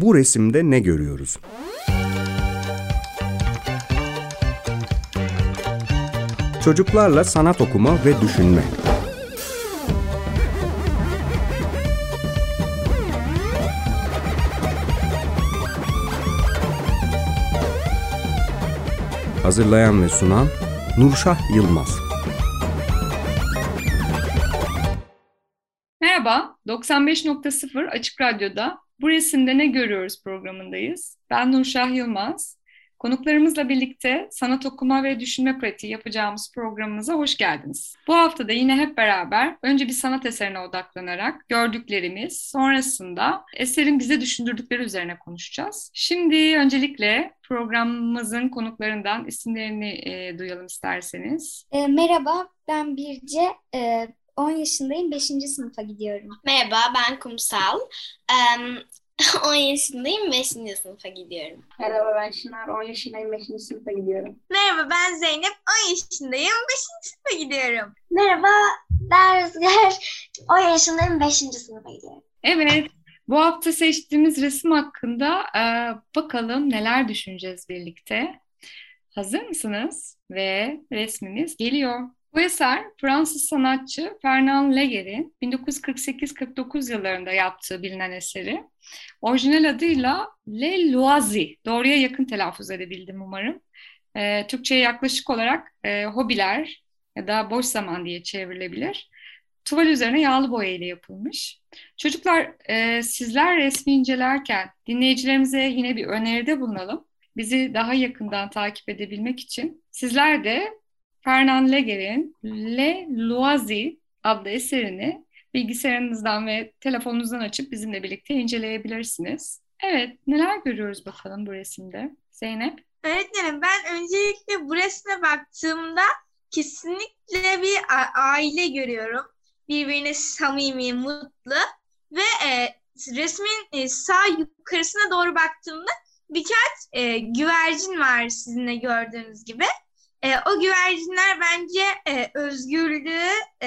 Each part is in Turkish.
Bu resimde ne görüyoruz? Çocuklarla sanat okuma ve düşünme. Hazırlayan ve sunan Nurşah Yılmaz. Merhaba, 95.0 Açık Radyo'da Bu Resimde Ne Görüyoruz programındayız. Ben Nurşah Yılmaz. Konuklarımızla birlikte sanat okuma ve düşünme pratiği yapacağımız programımıza hoş geldiniz. Bu hafta da yine hep beraber önce bir sanat eserine odaklanarak gördüklerimiz, sonrasında eserin bize düşündürdükleri üzerine konuşacağız. Şimdi öncelikle programımızın konuklarından isimlerini duyalım isterseniz. Merhaba, ben Birce. 10 yaşındayım, 5. sınıfa gidiyorum. Merhaba, ben Kumsal. 10 yaşındayım, 5. sınıfa gidiyorum. Merhaba, ben Şınar. 10 yaşındayım, 5. sınıfa gidiyorum. Merhaba, ben Zeynep. 10 yaşındayım, 5. sınıfa gidiyorum. Merhaba, ben Rüzgar. 10 yaşındayım, 5. sınıfa gidiyorum. Evet, bu hafta seçtiğimiz resim hakkında bakalım neler düşüneceğiz birlikte. Hazır mısınız? Ve resmimiz geliyor. Bu eser Fransız sanatçı Fernand Léger'in 1948-49 yıllarında yaptığı bilinen eseri. Orijinal adıyla Les Loisirs. Doğruya yakın telaffuz edebildim umarım. Türkçe'ye yaklaşık olarak hobiler ya da boş zaman diye çevrilebilir. Tuval üzerine yağlı boya ile yapılmış. Çocuklar, sizler resmi incelerken dinleyicilerimize yine bir öneride bulunalım. Bizi daha yakından takip edebilmek için sizler de Fernand Léger'in Les Loisirs adlı eserini bilgisayarınızdan ve telefonunuzdan açıp bizimle birlikte inceleyebilirsiniz. Evet, neler görüyoruz bakalım bu resimde? Zeynep? Öğretmenim, ben öncelikle bu resme baktığımda kesinlikle bir aile görüyorum. Birbirine samimi, mutlu ve resmin sağ yukarısına doğru baktığımda birkaç güvercin var sizin de gördüğünüz gibi. O güvercinler bence özgürlüğü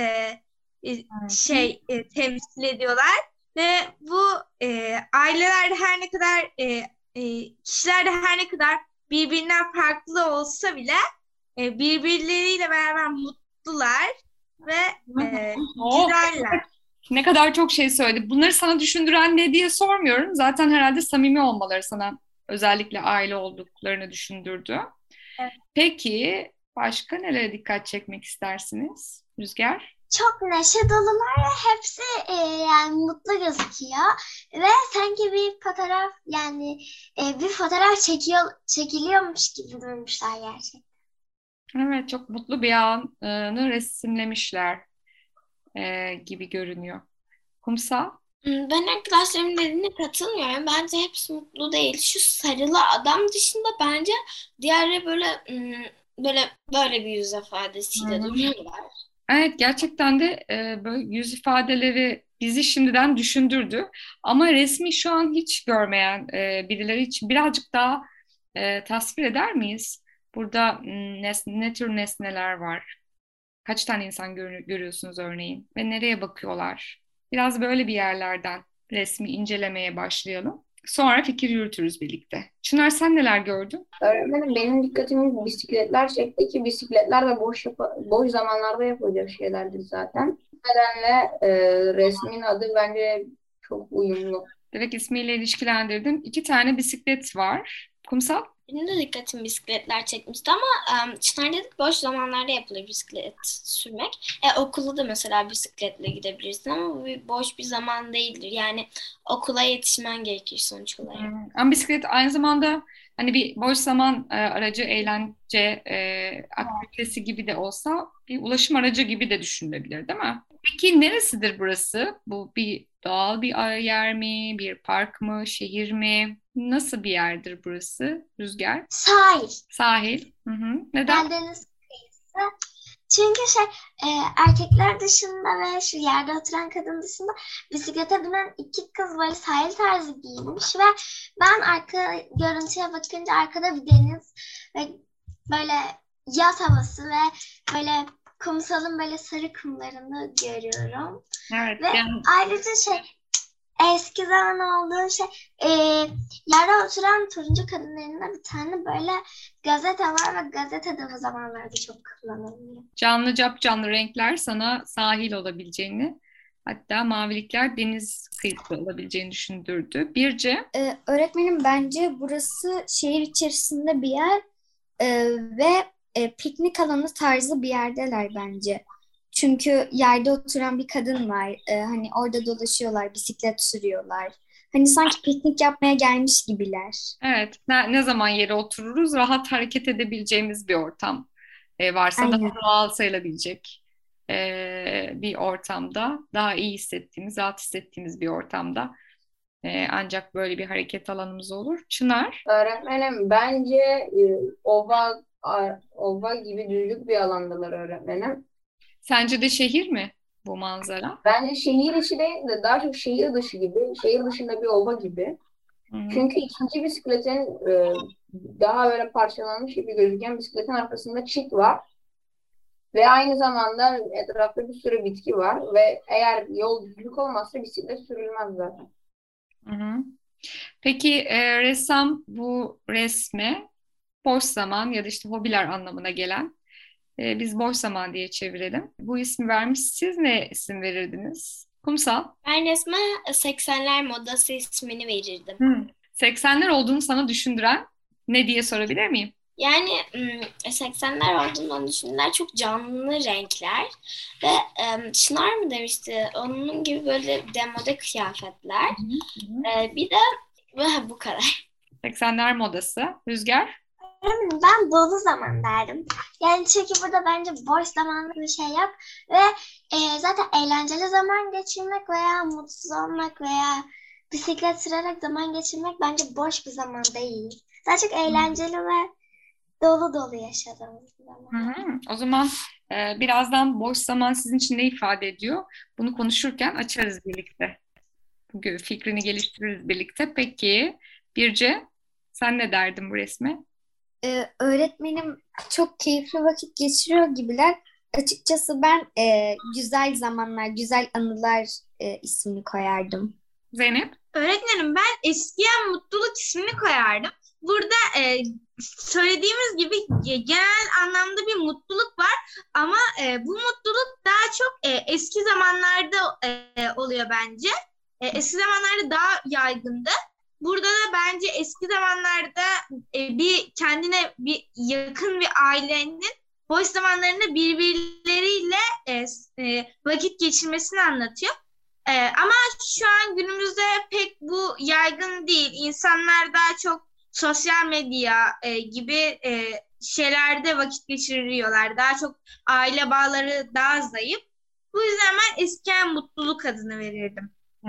temsil ediyorlar ve bu ailelerde her ne kadar kişilerde her ne kadar birbirinden farklı olsa bile birbirleriyle beraber mutlular ve güzeller. Ne kadar çok şey söyledi. Bunları sana düşündüren ne diye sormuyorum. Zaten herhalde samimi olmaları sana özellikle aile olduklarını düşündürdü. Evet. Peki başka nelere dikkat çekmek istersiniz Rüzgar? Çok neşe dolular ve hepsi yani mutlu gözüküyor ve sanki bir fotoğraf çekiliyormuş gibi durmuşlar gerçekten. Evet, çok mutlu bir anı resimlemişler gibi görünüyor. Kumsal? Ben arkadaşlarımın dediğine katılmıyorum. Bence hepsi mutlu değil. Şu sarılı adam dışında bence diğerleri böyle bir yüz ifadesiyle duruyorlar. Evet, gerçekten de böyle yüz ifadeleri bizi şimdiden düşündürdü. Ama resmi şu an hiç görmeyen birileri için birazcık daha tasvir eder miyiz? Burada ne tür nesneler var? Kaç tane insan görüyorsunuz örneğin? Ve nereye bakıyorlar? Biraz böyle bir yerlerden resmi incelemeye başlayalım. Sonra fikir yürütürüz birlikte. Çınar, sen neler gördün? Öğretmenim, benim dikkatimi bisikletler çekti ki bisikletler de boş zamanlarda yapılacak şeylerdir zaten. Bu nedenle resmin adı bence çok uyumlu. Direkt ismiyle ilişkilendirdim. 2 tane bisiklet var. Kumsal? Benim de dikkatimi bisikletler çekmişti ama Çınar dedik boş zamanlarda yapılır bisiklet sürmek. Okula da mesela bisikletle gidebilirsin ama bu boş bir zaman değildir. Yani okula yetişmen gerekir sonuç olarak. Ama bisiklet aynı zamanda hani bir boş zaman aracı, eğlence aktivitesi gibi de olsa bir ulaşım aracı gibi de düşünülebilir, değil mi? Peki neresidir burası? Bu bir doğal bir yer mi, bir park mı, şehir mi? Nasıl bir yerdir burası Rüzgar? Sahil. Sahil. Hı-hı. Neden? Deniz kıyısı. Çünkü erkekler dışında ve şu yerde oturan kadın dışında bisiklete binen 2 kız böyle sahil tarzı giyinmiş ve ben arka görüntüye bakınca arkada bir deniz ve böyle yaz havası ve böyle kumsalın böyle sarı kumlarını görüyorum. Evet. Ve ayrıca eski zaman olduğu şey yerde oturan turuncu kadının elinde bir tane böyle gazete var ve gazete de o zamanlarda çok kullanılıyor. Canlı capcanlı renkler sana sahil olabileceğini, hatta mavilikler deniz kıyısı olabileceğini düşündürdü. Birce, Öğretmenim bence burası şehir içerisinde bir yer ve piknik alanı tarzı bir yerdeler bence. Çünkü yerde oturan bir kadın var. Hani orada dolaşıyorlar, bisiklet sürüyorlar. Hani sanki piknik yapmaya gelmiş gibiler. evet, ne zaman yere otururuz rahat hareket edebileceğimiz bir ortam varsa daha Aynen. doğal sayılabilecek bir ortamda, daha iyi hissettiğimiz, rahat hissettiğimiz bir ortamda ancak böyle bir hareket alanımız olur. Çınar, Öğretmenim bence ova gibi düzlük bir alandalar öğretmenim. sence de şehir mi bu manzara? Bence şehir içi değil de daha çok şehir dışı gibi. Şehir dışında bir ova gibi. Hı hı. Çünkü ikinci bisikletin daha böyle parçalanmış gibi gözüken bisikletin arkasında çit var. Ve aynı zamanda etrafta bir sürü bitki var. Ve eğer yol düzlük olmazsa bisiklet sürülmez zaten. Hı hı. Peki ressam bu resme boş zaman ya da işte hobiler anlamına gelen biz boş zaman diye çevirelim. Bu ismi vermiş. Siz ne isim verirdiniz? Kumsal. Ben resme 80'ler modası ismini verirdim. 80'ler olduğunu sana düşündüren ne diye sorabilir miyim? Yani 80'ler olduğundan düşündüler. Çok canlı renkler ve Çınar mı demişti? Onun gibi böyle demode kıyafetler. Bir de bu kadar. 80'ler modası. Rüzgar. Ben dolu zaman derdim. Yani çünkü burada bence boş zamanlı bir şey yap ve zaten eğlenceli zaman geçirmek veya mutsuz olmak veya bisiklet sürerek zaman geçirmek bence boş bir zaman değil. Daha çok eğlenceli ve dolu dolu yaşadığımız bir zaman. O zaman birazdan boş zaman sizin için ne ifade ediyor? Bunu konuşurken açarız birlikte. Bugün fikrini geliştiririz birlikte. Peki Birce, sen ne derdin bu resme? Öğretmenim çok keyifli vakit geçiriyor gibiler. Açıkçası ben güzel zamanlar, güzel anılar ismini koyardım. Zeynep? Öğretmenim ben eskiyen mutluluk ismini koyardım. Burada söylediğimiz gibi genel anlamda bir mutluluk var ama bu mutluluk daha çok eski zamanlarda oluyor bence. Eski zamanlarda daha yaygındı. Burada da bence eski zamanlarda bir kendine bir yakın bir ailenin boş zamanlarında birbirleriyle vakit geçirmesini anlatıyor. Ama şu an günümüzde pek bu yaygın değil. İnsanlar daha çok sosyal medya gibi şeylerde vakit geçiriyorlar. Daha çok aile bağları daha zayıf. Bu yüzden ben eskiyen mutluluk adını verirdim.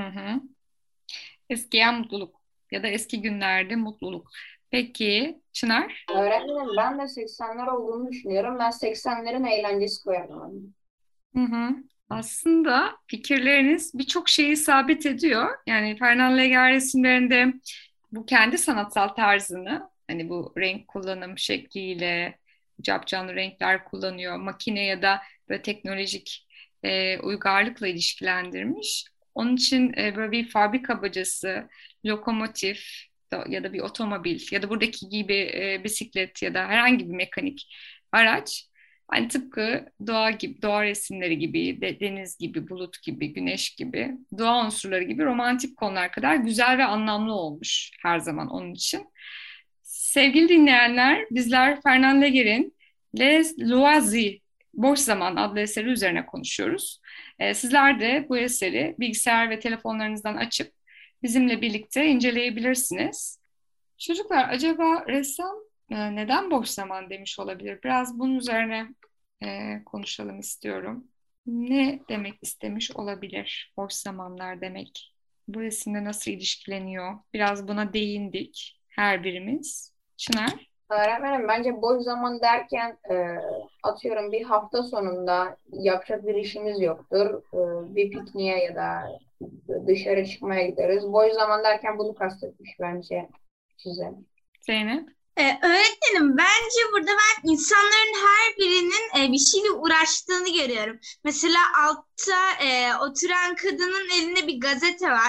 Eskiyen mutluluk ya da eski günlerde mutluluk. Peki Çınar? Öğretmenim ben de 80'ler olduğunu düşünüyorum. Ben 80'lerin eğlencesi koyardım. Aslında fikirleriniz birçok şeyi isabet ediyor. Yani Fernand Léger resimlerinde bu kendi sanatsal tarzını, hani bu renk kullanım şekliyle capcanlı renkler kullanıyor, makine ya da böyle teknolojik uygarlıkla ilişkilendirmiş. Onun için böyle bir fabrika bacası, lokomotif ya da bir otomobil ya da buradaki gibi bisiklet ya da herhangi bir mekanik araç, hani tıpkı doğa gibi, doğa resimleri gibi, deniz gibi, bulut gibi, güneş gibi, doğa unsurları gibi romantik konular kadar güzel ve anlamlı olmuş her zaman onun için. Sevgili dinleyenler, bizler Fernand Léger'in Les Loisirs, Boş Zaman adlı eseri üzerine konuşuyoruz. Sizler de bu eseri bilgisayar ve telefonlarınızdan açıp bizimle birlikte inceleyebilirsiniz. Çocuklar, acaba ressam neden boş zaman demiş olabilir? Biraz bunun üzerine konuşalım istiyorum. Ne demek istemiş olabilir boş zamanlar demek? Bu resimle nasıl ilişkileniyor? Biraz buna değindik her birimiz. Çınar? Öğretmenim bence boş zaman derken atıyorum bir hafta sonunda yapacak bir işimiz yoktur. Bir pikniğe ya da dışarı çıkmaya gideriz. Boş zaman derken bunu kastetmiş bence size. Zeynep? Öğretmenim bence burada ben insanların her birinin bir şeyle uğraştığını görüyorum. Mesela altta oturan kadının elinde bir gazete var.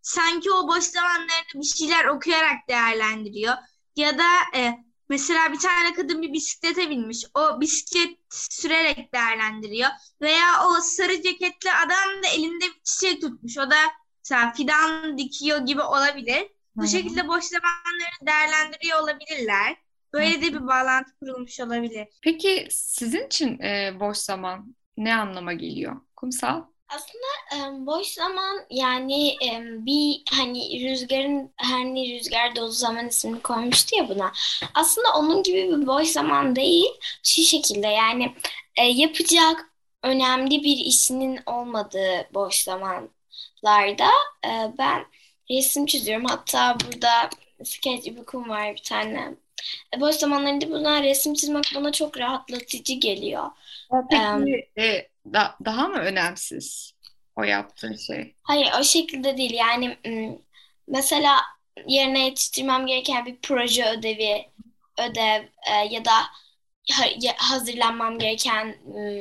sanki o boş zamanlarını bir şeyler okuyarak değerlendiriyor. Ya da mesela bir tane kadın bir bisiklete binmiş. O bisiklet sürerek değerlendiriyor. Veya o sarı ceketli adam da elinde bir çiçek tutmuş. O da mesela fidan dikiyor gibi olabilir. Bu şekilde boş zamanlarını değerlendiriyor olabilirler. Böyle de bir bağlantı kurulmuş olabilir. Peki sizin için boş zaman ne anlama geliyor? Kumsal? Aslında boş zaman yani bir hani rüzgarın hani rüzgar dolu zaman ismini koymuştu ya buna. Aslında onun gibi bir boş zaman değil. Şu şekilde yani yapacak önemli bir işinin olmadığı boş zamanlarda ben resim çiziyorum. Hatta burada sketchbook'um var bir tane. Boş zamanlarında buna resim çizmek bana çok rahatlatıcı geliyor. Peki daha mı önemsiz o yaptığın şey? Hayır, o şekilde değil. Yani mesela yerine yetiştirmem gereken bir proje ödev ya da hazırlanmam gereken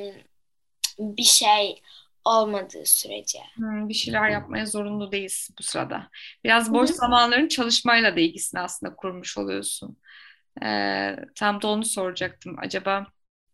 bir şey olmadığı sürece. Bir şeyler yapmaya zorunlu değilsin bu sırada. Biraz boş zamanların çalışmayla da ilgisini aslında kurmuş oluyorsun. Tam da onu soracaktım. Acaba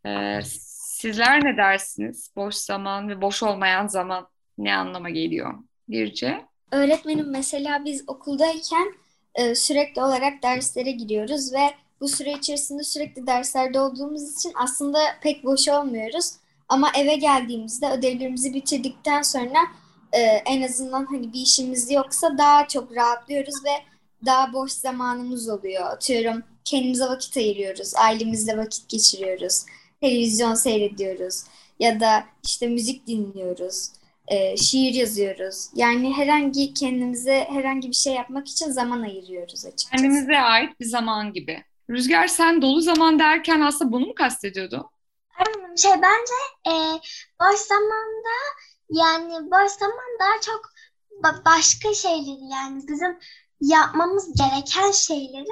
sizler ne dersiniz? Boş zaman ve boş olmayan zaman ne anlama geliyor? Birce? Öğretmenim, mesela biz okuldayken sürekli olarak derslere giriyoruz ve bu süre içerisinde sürekli derslerde olduğumuz için aslında pek boş olmuyoruz. Ama eve geldiğimizde ödevlerimizi bitirdikten sonra en azından hani bir işimiz yoksa daha çok rahatlıyoruz ve daha boş zamanımız oluyor. Atıyorum, kendimize vakit ayırıyoruz, ailemizle vakit geçiriyoruz, televizyon seyrediyoruz ya da işte müzik dinliyoruz. Şiir yazıyoruz. Yani kendimize herhangi bir şey yapmak için zaman ayırıyoruz açıkçası. Kendimize ait bir zaman gibi. Rüzgar, sen dolu zaman derken aslında bunu mu kastediyordun? Bence boş zamanda, yani boş zaman daha çok başka şeyleri, yani bizim yapmamız gereken şeyleri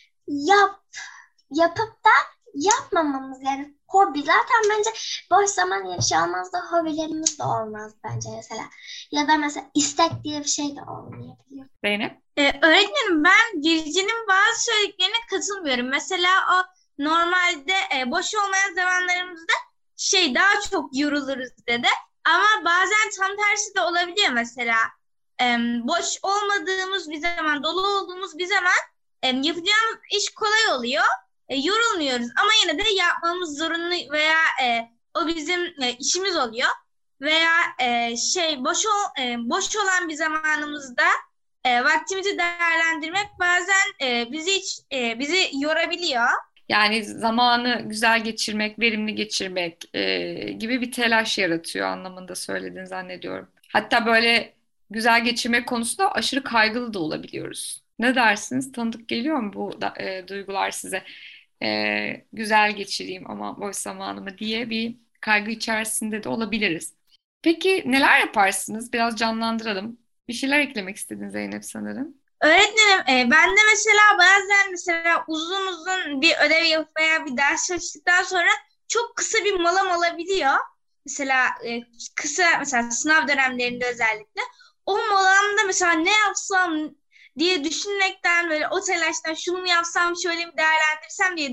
yapıp da yapmamamız, yani hobi. Zaten bence boş zaman diye bir şey olmaz da hobilerimiz de olmaz bence mesela. Ya da mesela istek diye bir şey de olmayabilir. Zeynep? Öğretmenim, ben Birci'nin bazı söylediklerine katılmıyorum. Mesela o normalde boş olmayan zamanlarımızda daha çok yoruluruz dedi. Ama bazen tam tersi de olabiliyor mesela. Boş olmadığımız bir zaman, dolu olduğumuz bir zaman yapacağımız iş kolay oluyor. Yorulmuyoruz ama yine de yapmamız zorunlu veya o bizim işimiz oluyor. Veya boş olan bir zamanımızda vaktimizi değerlendirmek bazen bizi yorabiliyor. Yani zamanı güzel geçirmek, verimli geçirmek gibi bir telaş yaratıyor anlamında söylediğini zannediyorum. Hatta böyle güzel geçirmek konusunda aşırı kaygılı da olabiliyoruz. Ne dersiniz? Tanıdık geliyor mu bu duygular size? Güzel geçireyim ama boş zamanımı diye bir kaygı içerisinde de olabiliriz. Peki neler yaparsınız? Biraz canlandıralım. Bir şeyler eklemek istedin Zeynep sanırım. Öğretmenim, ben de bazen uzun bir ödev yapıp veya bir ders çalıştıktan sonra çok kısa bir molam olabiliyor. Mesela sınav dönemlerinde özellikle. O molamda mesela ne yapsam diye düşünmekten, böyle o telaştan şunu mu yapsam, şöyle mi değerlendirsem diye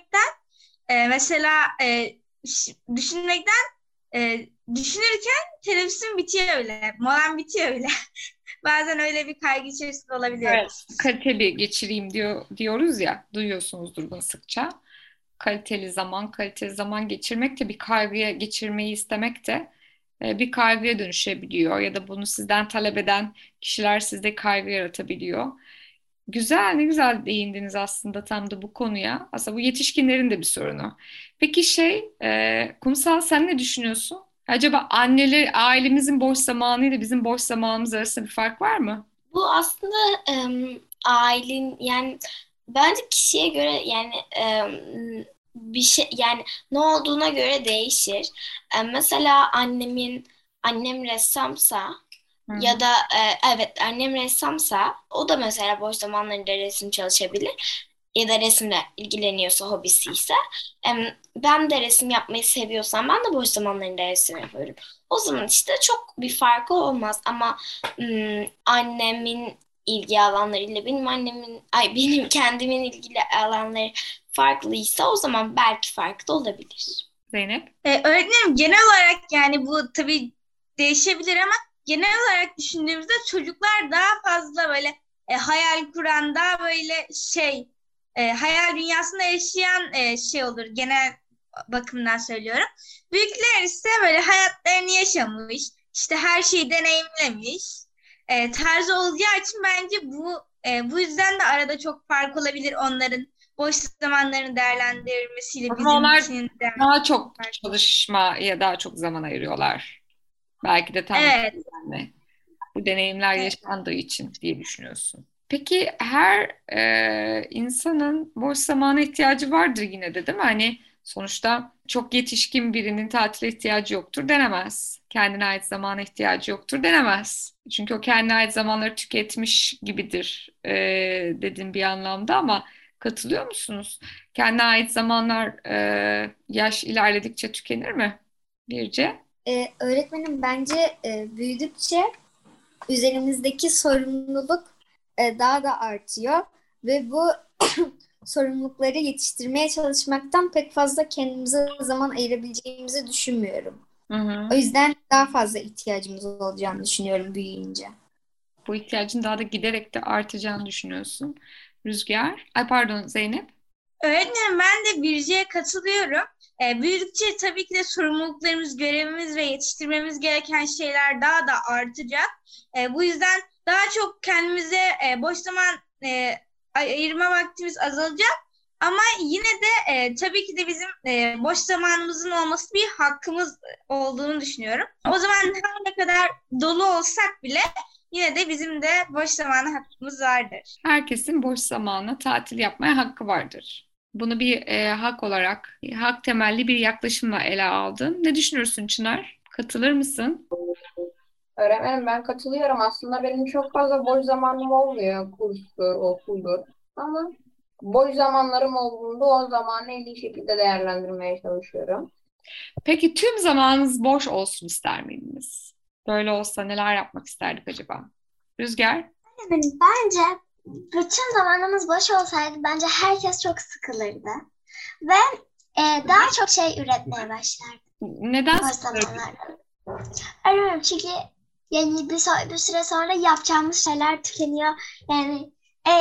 düşünürken teneffüsüm bitiyor öyle. Molam bitiyor öyle. Bazen öyle bir kaygı içerisinde olabiliyoruz. Evet, kaliteli geçireyim diyoruz ya, duyuyorsunuzdur bunu sıkça. Kaliteli zaman geçirmek de bir kaygıya geçirmeyi istemek de bir kaygıya dönüşebiliyor ya da bunu sizden talep eden kişiler sizde kaygı yaratabiliyor. Güzel, ne güzel değindiniz aslında tam da bu konuya. Aslında bu yetişkinlerin de bir sorunu. Peki Kumsal, sen ne düşünüyorsun? Acaba ailemizin boş zamanıyla bizim boş zamanımız arasında bir fark var mı? Bu aslında ailen yani bence kişiye göre yani bir şey yani ne olduğuna göre değişir. Mesela annem ressamsa ya da evet annem ressamsa o da mesela boş zamanlarında resim çalışabilir. ya da resimle ilgileniyorsa, hobisi ise, ben de resim yapmayı seviyorsam ben de boş zamanlarında resim yapıyorum. O zaman işte çok bir farkı olmaz ama annemin ilgi alanlarıyla benim kendimin ilgili alanları farklıysa o zaman belki farklı da olabilir. Zeynep? Öğretmenim, genel olarak yani bu tabii değişebilir ama genel olarak düşündüğümüzde çocuklar daha fazla böyle hayal kuran, daha böyle hayal dünyasında yaşayan şey olur. Genel bakımdan söylüyorum. Büyükler ise böyle hayatlarını yaşamış, işte her şeyi deneyimlemiş tarzı olacağı için bence bu yüzden de arada çok fark olabilir onların boş zamanlarını değerlendirmesiyle Ama onlar bizimkinin daha çok çalışmaya daha çok zaman ayırıyorlar. Belki de tam Evet. yani bu deneyimler yaşandığı için diye düşünüyorsun. Peki her insanın boş zamana ihtiyacı vardır yine de, değil mi? Hani sonuçta çok yetişkin birinin tatile ihtiyacı yoktur denemez. Kendine ait zamana ihtiyacı yoktur denemez. Çünkü o kendine ait zamanları tüketmiş gibidir dedim bir anlamda, ama katılıyor musunuz? Kendine ait zamanlar yaş ilerledikçe tükenir mi Birce? Öğretmenim bence büyüdükçe üzerimizdeki sorumluluk daha da artıyor ve bu sorumlulukları yetiştirmeye çalışmaktan pek fazla kendimize zaman ayırabileceğimizi düşünmüyorum. Hı hı. O yüzden daha fazla ihtiyacımız olacağını düşünüyorum büyüyünce. Bu ihtiyacın daha da giderek de artacağını düşünüyorsun. Rüzgar, ay pardon Zeynep. Öğretmenim, ben de Birce'ye katılıyorum. Büyüdükçe tabii ki de sorumluluklarımız, görevimiz ve yetiştirmemiz gereken şeyler daha da artacak. Bu yüzden daha çok kendimize boş zaman ayırma vaktimiz azalacak. Ama yine de tabii ki de bizim boş zamanımızın olması bir hakkımız olduğunu düşünüyorum. O zaman her ne kadar dolu olsak bile yine de bizim de boş zamana hakkımız vardır. Herkesin boş zamanla tatil yapmaya hakkı vardır. Bunu bir hak olarak, hak temelli bir yaklaşımla ele aldın. Ne düşünürsün Çınar? Katılır mısın? Öğretmenim ben katılıyorum. Aslında benim çok fazla boş zamanım olmuyor. Kurstur, okuldur. Ama boş zamanlarım olduğunda o zamanı en iyi şekilde değerlendirmeye çalışıyorum. Peki tüm zamanınız boş olsun ister miydiniz? Böyle olsa neler yapmak isterdik acaba? Rüzgar? Bence bütün zamanımız boş olsaydı bence herkes çok sıkılırdı. Ve daha çok şey üretmeye başlardı Neden boş zamanlarda. Öyle çünkü yani bir süre sonra yapacağımız şeyler tükeniyor. Yani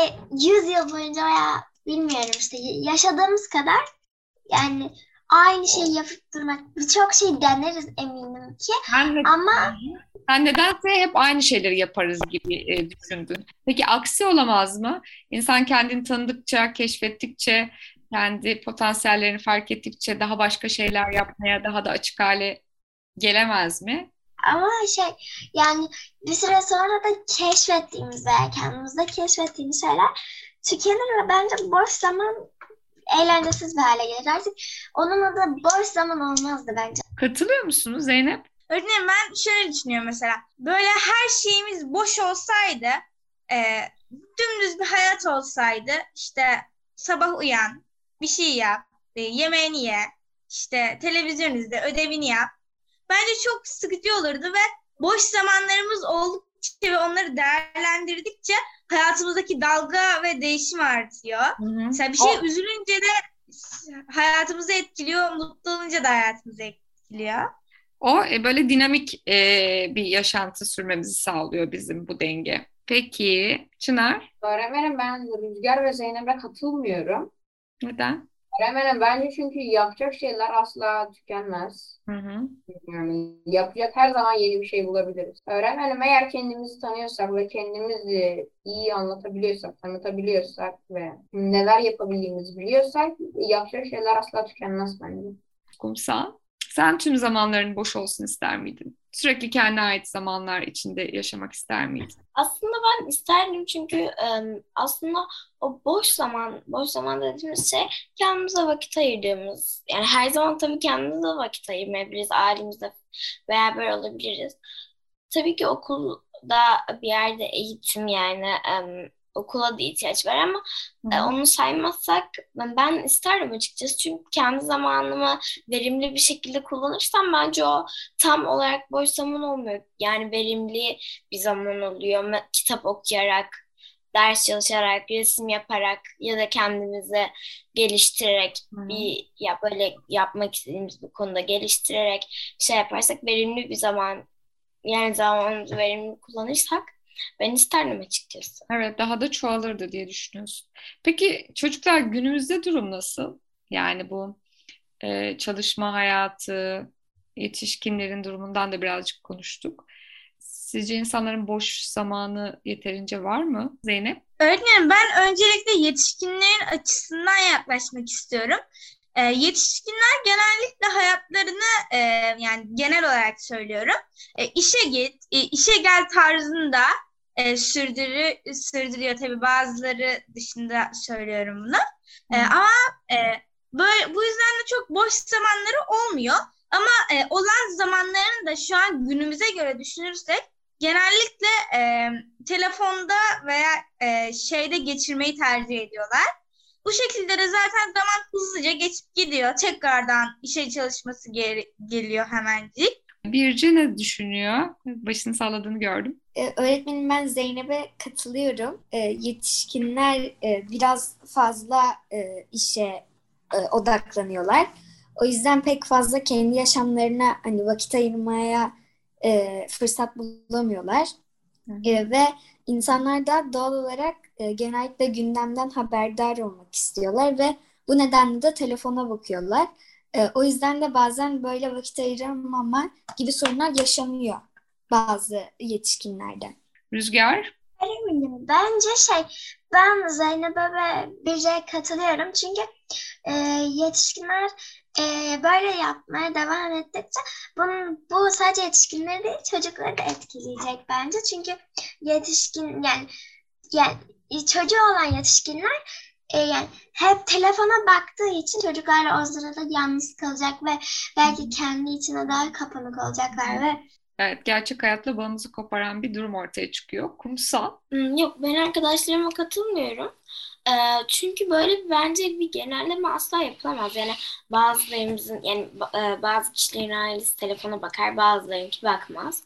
100 yıl boyunca veya bilmiyorum işte yaşadığımız kadar yani aynı şeyi yapıp durmak, birçok şey deneriz eminim ki. Ama sen nedense hep aynı şeyleri yaparız gibi düşündün. Peki aksi olamaz mı? İnsan kendini tanıdıkça, keşfettikçe, kendi potansiyellerini fark ettikçe daha başka şeyler yapmaya daha da açık hale gelemez mi? ama yani bir süre sonra da keşfettiğimiz veya kendimizde keşfettiğimiz şeyler tükenir ve bence boş zaman eğlencesiz bir hale gelir. Artık onun adı boş zaman olmazdı bence. Katılıyor musunuz Zeynep? Öğretmenim, ben şöyle düşünüyorum mesela. Böyle her şeyimiz boş olsaydı, dümdüz bir hayat olsaydı, işte sabah uyan, bir şey yap, yemeğini ye, işte televizyon izle, ödevini yap. Bence çok sıkıcı olurdu ve boş zamanlarımız oldukça ve onları değerlendirdikçe hayatımızdaki dalga ve değişim artıyor. Mesela bir şey üzülünce de hayatımızı etkiliyor, mutlu olunca da hayatımızı etkiliyor. O böyle dinamik bir yaşantı sürmemizi sağlıyor bizim bu denge. Peki Çınar? Öğretmenim ben Rüzgar ve Zeynep'e katılmıyorum. Neden? Öğretmenim bence çünkü yapacak şeyler asla tükenmez. Hı hı. Yani yapacak her zaman yeni bir şey bulabiliriz. Öğretmenim eğer kendimizi tanıyorsak ve kendimizi iyi anlatabiliyorsak, tanıtabiliyorsak ve neler yapabildiğimizi biliyorsak yapacak şeyler asla tükenmez bence. Kumsal, sen tüm zamanların boş olsun ister miydin? Sürekli kendine ait zamanlar içinde yaşamak ister miydin? Aslında ben isterdim çünkü aslında o boş zaman dediğimiz şey kendimize vakit ayırdığımız. Yani her zaman tabii kendimize vakit ayırmayabiliriz, ailemizle beraber olabiliriz. Tabii ki okulda bir yerde eğitim yani okula da ihtiyaç var ama Hı hı. onu saymazsak ben isterdim açıkçası. Çünkü kendi zamanımı verimli bir şekilde kullanırsam bence o tam olarak boş zaman olmuyor. Yani verimli bir zaman oluyor. Kitap okuyarak, ders çalışarak, resim yaparak ya da kendimizi geliştirerek Hı hı. böyle yapmak istediğimiz bir konuda geliştirerek şey yaparsak verimli bir zaman, yani zamanımızı verimli kullanırsak ben isterdim açıkçası. Evet, daha da çoğalırdı diye düşünüyorsun. Peki çocuklar, günümüzde durum nasıl? Yani bu çalışma hayatı, yetişkinlerin durumundan da birazcık konuştuk. Sizce insanların boş zamanı yeterince var mı Zeynep? Öğretmenim, ben öncelikle yetişkinlerin açısından yaklaşmak istiyorum. Yetişkinler genellikle hayatlarını yani genel olarak söylüyorum, işe git, işe gel tarzında sürdürüyor. Tabii bazıları dışında söylüyorum bunu. Ama böyle, bu yüzden de çok boş zamanları olmuyor. Ama olan zamanlarını da şu an günümüze göre düşünürsek genellikle telefonda veya şeyde geçirmeyi tercih ediyorlar. Bu şekilde de zaten zaman hızlıca geçip gidiyor. Tekrardan işe çalışması geliyor hemencik. Birce ne düşünüyor? Başını salladığını gördüm. Öğretmenim, ben Zeynep'e katılıyorum. Yetişkinler biraz fazla işe odaklanıyorlar. O yüzden pek fazla kendi yaşamlarına hani vakit ayırmaya fırsat bulamıyorlar. Ve insanlar da doğal olarak genellikle gündemden haberdar olmak istiyorlar ve bu nedenle de telefona bakıyorlar. O yüzden de bazen böyle vakit ayıramama gibi sorunlar yaşanıyor bazı yetişkinlerden. Rüzgar? Öğretmenim, bence ben Zeynep'e ve Birce'ye katılıyorum. Çünkü yetişkinler böyle yapmaya devam ettikçe bu sadece yetişkinleri değil, çocukları da etkileyecek bence. Çünkü yetişkin yani çocuğu olan yetişkinler yani hep telefona baktığı için çocuklar o sırada yalnız kalacak ve belki kendi içine daha kapanık olacaklar ve Evet, gerçek hayatla bağımızı koparan bir durum ortaya çıkıyor. Kumsal. Yok, ben arkadaşlarıma katılmıyorum. Çünkü böyle bence bir genelleme asla yapılamaz. Yani bazılarımızın bazı kişilerin ailesi telefona bakar, bazılarınki bakmaz.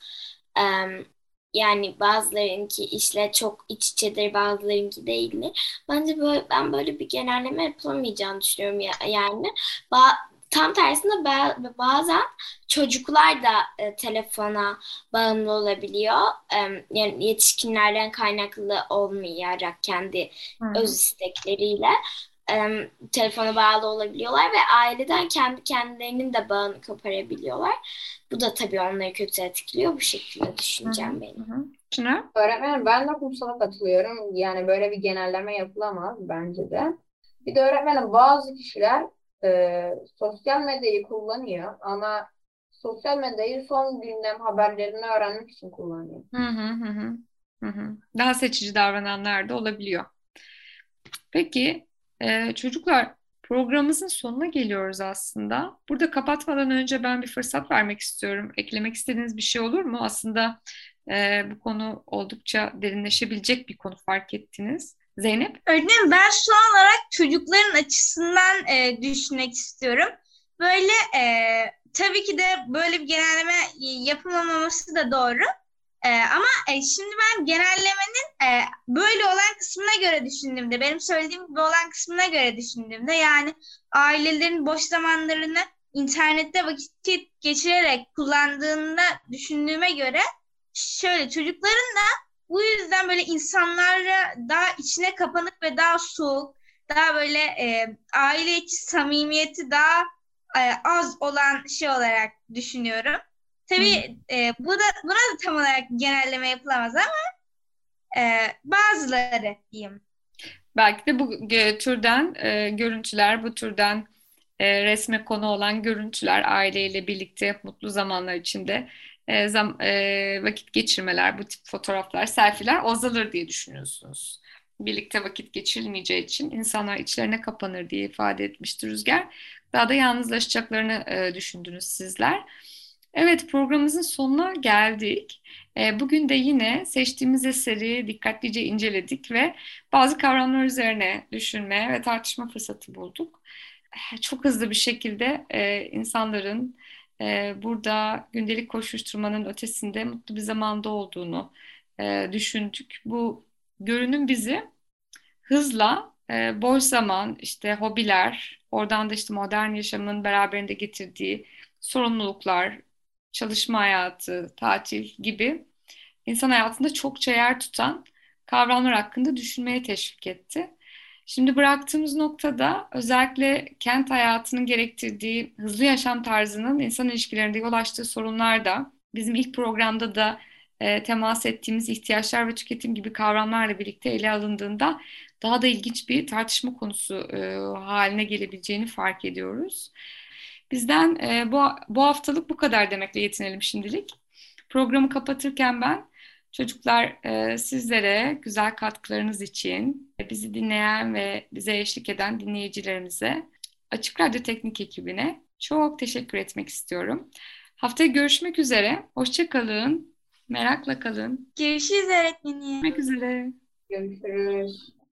Yani bazılarınki işle çok iç içedir, bazılarınki değildir. Bence ben böyle bir genelleme yapılamayacağını düşünüyorum yani. Tam tersine bazen çocuklar da telefona bağımlı olabiliyor. Yani yetişkinlerden kaynaklı olmayarak kendi öz istekleriyle telefona bağlı olabiliyorlar ve aileden kendi kendilerinin de bağını koparabiliyorlar. Bu da tabii onları kötü etkiliyor. Bu şekilde düşüneceğim benim. Çınar? Öğretmenim, ben de Kumsal'a katılıyorum. Yani böyle bir genelleme yapılamaz bence de. Bir de öğretmenim, bazı kişiler sosyal medyayı kullanıyor ama sosyal medyayı son gündem haberlerini öğrenmek için kullanıyor. Daha seçici davrananlar da olabiliyor. Peki çocuklar, programımızın sonuna geliyoruz aslında. Burada kapatmadan önce ben bir fırsat vermek istiyorum. Eklemek istediğiniz bir şey olur mu? Aslında bu konu oldukça derinleşebilecek bir konu, fark ettiniz. Zeynep? Öğretmenim, ben son olarak çocukların açısından düşünmek istiyorum. Böyle tabii ki de böyle bir genelleme yapılmaması da doğru. Ama şimdi ben genellemenin böyle olan kısmına göre düşündüğümde, benim söylediğim gibi olan kısmına göre düşündüğümde, yani ailelerin boş zamanlarını internette vakit geçirerek kullandığında düşündüğüme göre, şöyle, çocukların da bu yüzden böyle insanlara daha içine kapanık ve daha soğuk, daha böyle aile içi samimiyeti daha az olan olarak düşünüyorum. Tabii buna da tam olarak genelleme yapılamaz ama bazıları diyeyim. Belki de bu türden görüntüler, bu türden resme konu olan görüntüler, aileyle birlikte mutlu zamanlar içinde vakit geçirmeler, bu tip fotoğraflar, selfiler azalır diye düşünüyorsunuz. Birlikte vakit geçirilmeyeceği için insanlar içlerine kapanır diye ifade etmişti Rüzgar. Daha da yalnızlaşacaklarını düşündünüz sizler. Evet, programımızın sonuna geldik. Bugün de yine seçtiğimiz eseri dikkatlice inceledik ve bazı kavramlar üzerine düşünme ve tartışma fırsatı bulduk. Çok hızlı bir şekilde insanların burada gündelik koşuşturmanın ötesinde mutlu bir zamanda olduğunu düşündük. Bu görünüm bizi hızla boş zaman, işte hobiler, oradan da işte modern yaşamın beraberinde getirdiği sorumluluklar, çalışma hayatı, tatil gibi insan hayatında çokça yer tutan kavramlar hakkında düşünmeye teşvik etti. Şimdi bıraktığımız noktada özellikle kent hayatının gerektirdiği hızlı yaşam tarzının insan ilişkilerinde yol açtığı sorunlar da bizim ilk programda da temas ettiğimiz ihtiyaçlar ve tüketim gibi kavramlarla birlikte ele alındığında daha da ilginç bir tartışma konusu haline gelebileceğini fark ediyoruz. Bizden bu haftalık bu kadar demekle yetinelim şimdilik. Programı kapatırken ben çocuklar sizlere güzel katkılarınız için bizi dinleyen ve bize eşlik eden dinleyicilerimize, Açık Radyo Teknik ekibine çok teşekkür etmek istiyorum. Haftaya görüşmek üzere. Hoşça kalın. Merakla kalın. Görüşürüz öğretmenim. Görüşmek üzere. Görüşürüz.